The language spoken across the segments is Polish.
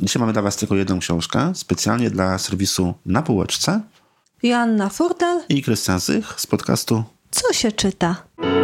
Dzisiaj mamy dla was tylko jedną książkę, specjalnie dla serwisu Na Półeczce. Joanna Furtel I Krystian Zych z podcastu Co się czyta?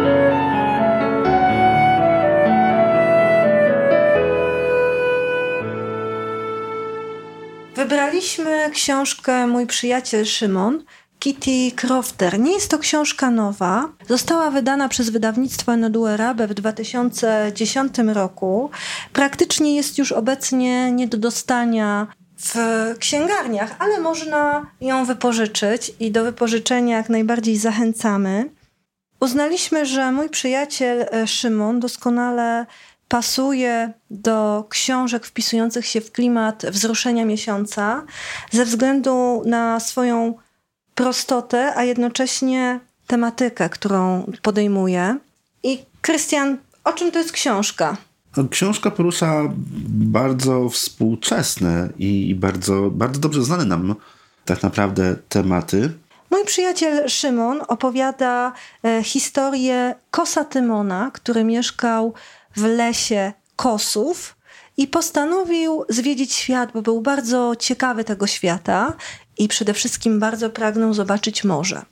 Wybraliśmy książkę Mój przyjaciel Szymon, Kitty Crofter. Nie jest to książka nowa. Została wydana przez wydawnictwo Enedue Erabe w 2010 roku. Praktycznie jest już obecnie nie do dostania w księgarniach, ale można ją wypożyczyć i do wypożyczenia jak najbardziej zachęcamy. Uznaliśmy, że Mój przyjaciel Szymon doskonale pasuje do książek wpisujących się w klimat wzruszenia miesiąca ze względu na swoją prostotę, a jednocześnie tematykę, którą podejmuje. I Krystian, o czym to jest książka? Książka porusza bardzo współczesne i bardzo, bardzo dobrze znane nam tak naprawdę tematy. Mój przyjaciel Szymon opowiada historię kosa Tymona, który mieszkał w lesie kosów i postanowił zwiedzić świat, bo był bardzo ciekawy tego świata i przede wszystkim bardzo pragnął zobaczyć morze.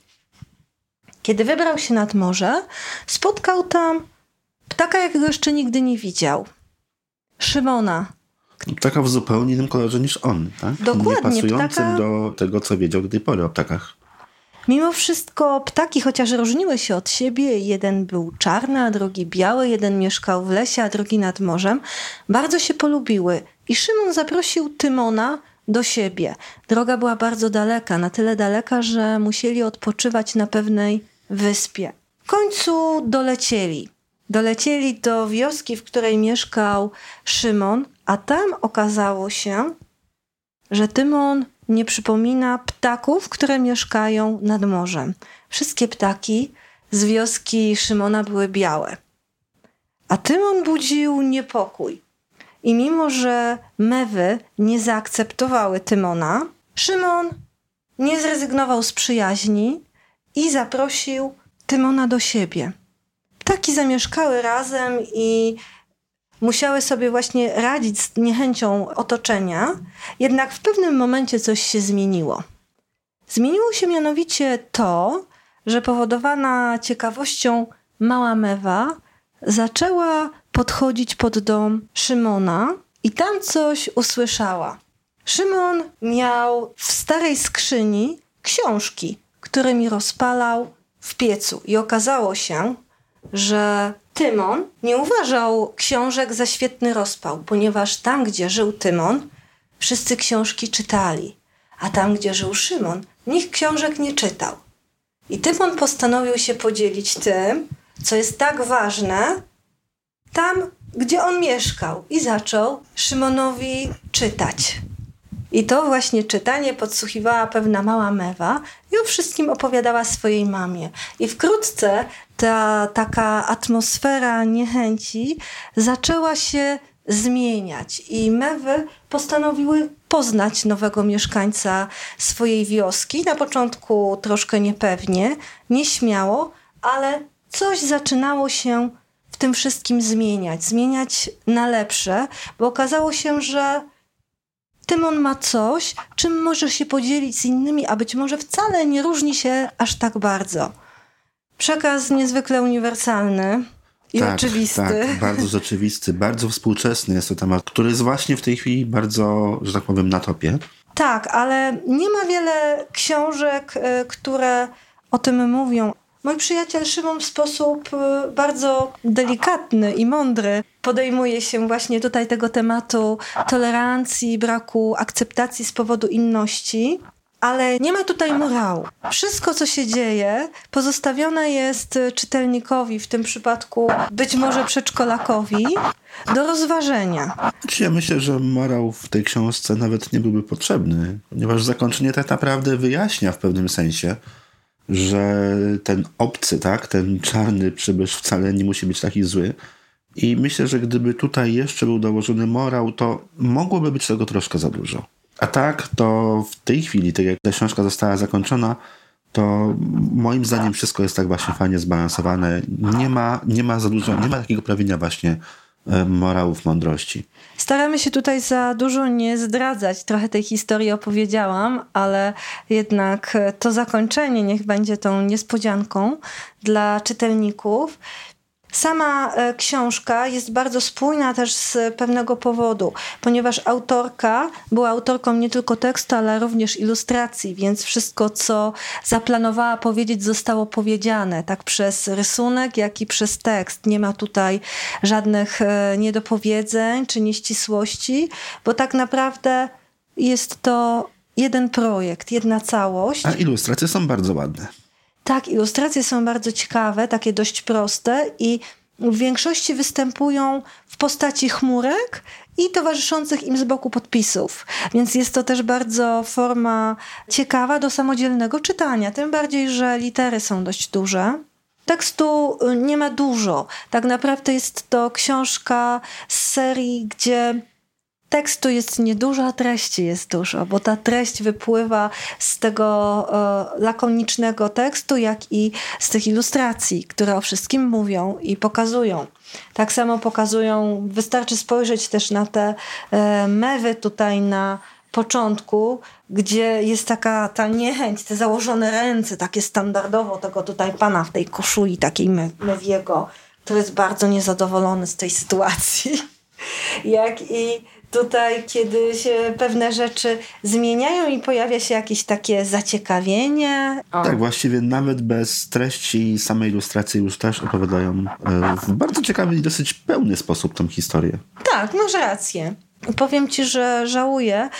Kiedy wybrał się nad morze, spotkał tam ptaka, jakiego jeszcze nigdy nie widział. Szymona. Ptaka w zupełnie innym kolorze niż on, tak? Dokładnie. Nie pasującym do tego, co wiedział do tej pory o ptakach. Mimo wszystko ptaki, chociaż różniły się od siebie, jeden był czarny, a drugi biały, jeden mieszkał w lesie, a drugi nad morzem, bardzo się polubiły. I Szymon zaprosił Tymona do siebie. Droga była bardzo daleka, na tyle daleka, że musieli odpoczywać na pewnej wyspie. W końcu dolecieli. Dolecieli do wioski, w której mieszkał Szymon, a tam okazało się, że Tymon nie przypomina ptaków, które mieszkają nad morzem. Wszystkie ptaki z wioski Szymona były białe. A Tymon budził niepokój. I mimo, że mewy nie zaakceptowały Tymona, Szymon nie zrezygnował z przyjaźni i zaprosił Tymona do siebie. Ptaki zamieszkały razem i musiały sobie właśnie radzić z niechęcią otoczenia, jednak w pewnym momencie coś się zmieniło. Zmieniło się mianowicie to, że powodowana ciekawością mała mewa zaczęła podchodzić pod dom Szymona i tam coś usłyszała. Szymon miał w starej skrzyni książki, którymi rozpalał w piecu i okazało się, że Tymon nie uważał książek za świetny rozpał, ponieważ tam, gdzie żył Tymon, wszyscy książki czytali, a tam, gdzie żył Szymon, nikt książek nie czytał. I Tymon postanowił się podzielić tym, co jest tak ważne, tam, gdzie on mieszkał i zaczął Szymonowi czytać. I to właśnie czytanie podsłuchiwała pewna mała mewa i o wszystkim opowiadała swojej mamie. I wkrótce ta taka atmosfera niechęci zaczęła się zmieniać i mewy postanowiły poznać nowego mieszkańca swojej wioski. Na początku troszkę niepewnie, nieśmiało, ale coś zaczynało się w tym wszystkim zmieniać na lepsze, bo okazało się, że Tymon ma coś, czym może się podzielić z innymi, a być może wcale nie różni się aż tak bardzo. Przekaz niezwykle uniwersalny i oczywisty. Tak, bardzo rzeczywisty, bardzo współczesny jest to temat, który jest właśnie w tej chwili bardzo, że tak powiem, na topie. Tak, ale nie ma wiele książek, które o tym mówią. Mój przyjaciel Szymon w sposób bardzo delikatny i mądry podejmuje się właśnie tutaj tego tematu tolerancji, braku akceptacji z powodu inności, ale nie ma tutaj morału. Wszystko, co się dzieje, pozostawione jest czytelnikowi, w tym przypadku być może przedszkolakowi, do rozważenia. Ja myślę, że morał w tej książce nawet nie byłby potrzebny, ponieważ zakończenie tak naprawdę wyjaśnia w pewnym sensie, że ten obcy, tak, ten czarny przybysz wcale nie musi być taki zły. I myślę, że gdyby tutaj jeszcze był dołożony morał, to mogłoby być tego troszkę za dużo. A tak, to w tej chwili, tak jak ta książka została zakończona, to moim zdaniem wszystko jest tak właśnie fajnie zbalansowane. Nie ma za dużo, nie ma takiego prawienia właśnie morałów mądrości. Staramy się tutaj za dużo nie zdradzać. Trochę tej historii opowiedziałam, ale jednak to zakończenie niech będzie tą niespodzianką dla czytelników. Sama książka jest bardzo spójna też z pewnego powodu, ponieważ autorka była autorką nie tylko tekstu, ale również ilustracji, więc wszystko, co zaplanowała powiedzieć, zostało powiedziane, tak przez rysunek, jak i przez tekst. Nie ma tutaj żadnych niedopowiedzeń czy nieścisłości, bo tak naprawdę jest to jeden projekt, jedna całość. A ilustracje są bardzo ładne. Tak, ilustracje są bardzo ciekawe, takie dość proste i w większości występują w postaci chmurek i towarzyszących im z boku podpisów. Więc jest to też bardzo forma ciekawa do samodzielnego czytania, tym bardziej, że litery są dość duże. Tekstu nie ma dużo. Tak naprawdę jest to książka z serii, gdzie tekstu jest niedużo, a treści jest dużo, bo ta treść wypływa z tego lakonicznego tekstu, jak i z tych ilustracji, które o wszystkim mówią i pokazują. Tak samo pokazują, wystarczy spojrzeć też na te mewy tutaj na początku, gdzie jest taka ta niechęć, te założone ręce, takie standardowo tego tutaj pana w tej koszuli takiej mewiego, który jest bardzo niezadowolony z tej sytuacji. Jak i tutaj, kiedy się pewne rzeczy zmieniają i pojawia się jakieś takie zaciekawienie. Tak, właściwie nawet bez treści samej ilustracji już też opowiadają w bardzo ciekawy i dosyć pełny sposób tą historię. Tak, masz rację. Powiem ci, że żałuję,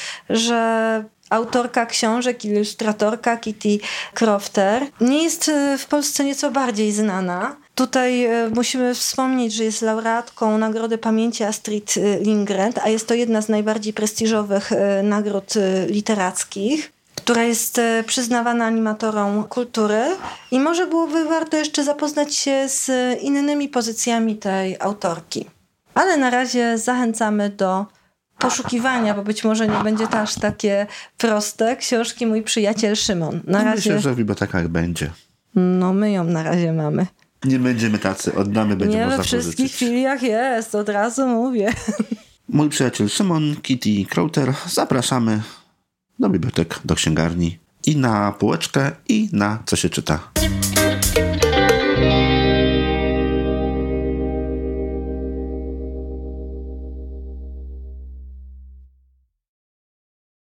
że autorka książek, ilustratorka Kitty Crofter nie jest w Polsce nieco bardziej znana. Tutaj musimy wspomnieć, że jest laureatką Nagrody Pamięci Astrid Lindgren, a jest to jedna z najbardziej prestiżowych nagród literackich, która jest przyznawana animatorom kultury i może byłoby warto jeszcze zapoznać się z innymi pozycjami tej autorki. Ale na razie zachęcamy do poszukiwania, bo być może nie będzie to aż takie proste, książki Mój przyjaciel Szymon. Myślę, że w bibliotekach będzie. No my ją na razie mamy. Nie będziemy tacy, oddamy, będzie nie można we pożyczyć. wszystkich filiach jest, od razu mówię. Mój przyjaciel Szymon, Kitty Crofter, zapraszamy do bibliotek, do księgarni i na półeczkę i na Co się czyta.